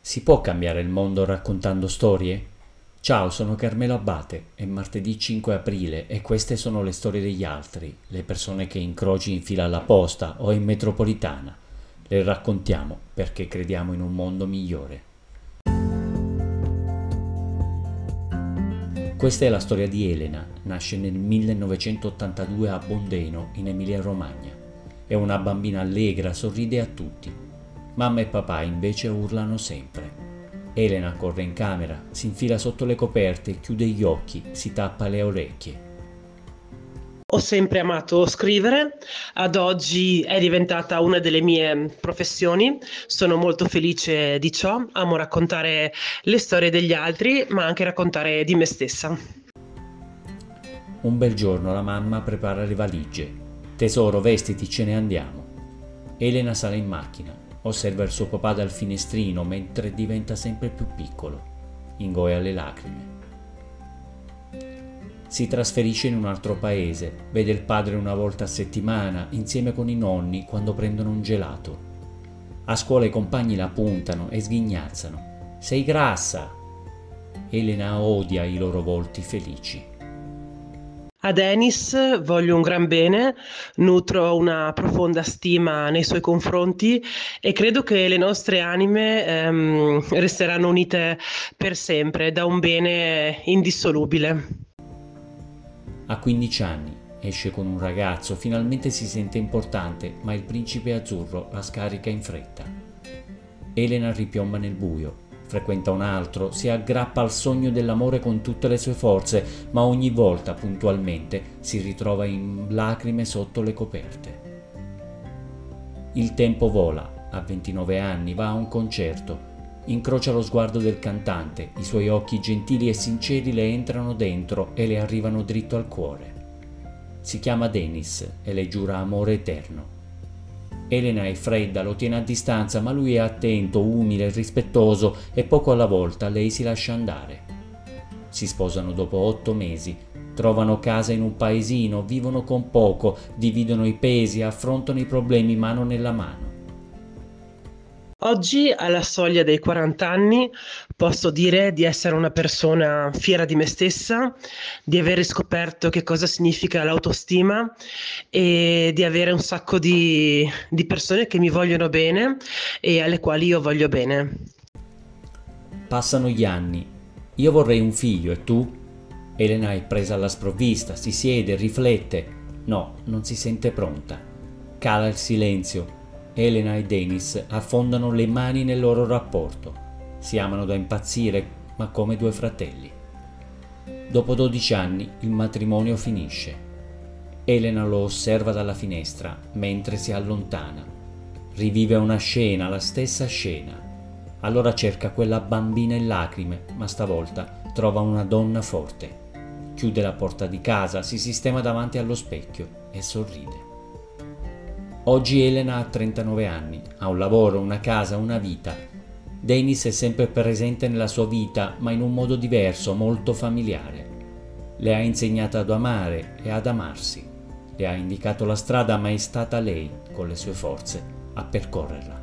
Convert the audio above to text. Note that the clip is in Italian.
Si può cambiare il mondo raccontando storie? Ciao, sono Carmelo Abate, è martedì 5 aprile e queste sono le storie degli altri, le persone che incroci in fila alla posta o in metropolitana. Le raccontiamo perché crediamo in un mondo migliore. Questa è la storia di Elena, nasce nel 1982 a Bondeno, in Emilia-Romagna. È una bambina allegra, sorride a tutti. Mamma e papà invece urlano sempre. Elena corre in camera, si infila sotto le coperte, chiude gli occhi, si tappa le orecchie. Ho sempre amato scrivere, ad oggi è diventata una delle mie professioni, sono molto felice di ciò, amo raccontare le storie degli altri, ma anche raccontare di me stessa. Un bel giorno la mamma prepara le valigie. Tesoro, vestiti, ce ne andiamo. Elena sale in macchina, osserva il suo papà dal finestrino mentre diventa sempre più piccolo. Ingoia le lacrime. Si trasferisce in un altro paese, vede il padre una volta a settimana, insieme con i nonni quando prendono un gelato. A scuola i compagni la puntano e sghignazzano. Sei grassa! Elena odia i loro volti felici. A Denis voglio un gran bene, nutro una profonda stima nei suoi confronti e credo che le nostre anime resteranno unite per sempre da un bene indissolubile. Ha 15 anni, esce con un ragazzo, finalmente si sente importante, ma il principe azzurro la scarica in fretta. Elena ripiomba nel buio, frequenta un altro, si aggrappa al sogno dell'amore con tutte le sue forze, ma ogni volta, puntualmente, si ritrova in lacrime sotto le coperte. Il tempo vola, a 29 anni va a un concerto, incrocia lo sguardo del cantante, i suoi occhi gentili e sinceri le entrano dentro e le arrivano dritto al cuore. Si chiama Denis e le giura amore eterno. Elena è fredda, lo tiene a distanza, ma lui è attento, umile, rispettoso e poco alla volta lei si lascia andare. Si sposano dopo 8 mesi, trovano casa in un paesino, vivono con poco, dividono i pesi, affrontano i problemi mano nella mano. Oggi, alla soglia dei 40 anni, posso dire di essere una persona fiera di me stessa, di aver riscoperto che cosa significa l'autostima e di avere un sacco di persone che mi vogliono bene e alle quali io voglio bene. Passano gli anni. Io vorrei un figlio e tu? Elena è presa alla sprovvista, si siede, riflette. No, non si sente pronta. Cala il silenzio. Elena e Denis affondano le mani nel loro rapporto. Si amano da impazzire, ma come due fratelli. Dopo 12 anni il matrimonio finisce. Elena lo osserva dalla finestra mentre si allontana. Rivive una scena, la stessa scena. Allora cerca quella bambina in lacrime, ma stavolta trova una donna forte. Chiude la porta di casa, si sistema davanti allo specchio e sorride. Oggi Elena ha 39 anni, ha un lavoro, una casa, una vita. Denis è sempre presente nella sua vita, ma in un modo diverso, molto familiare. Le ha insegnato ad amare e ad amarsi. Le ha indicato la strada, ma è stata lei, con le sue forze, a percorrerla.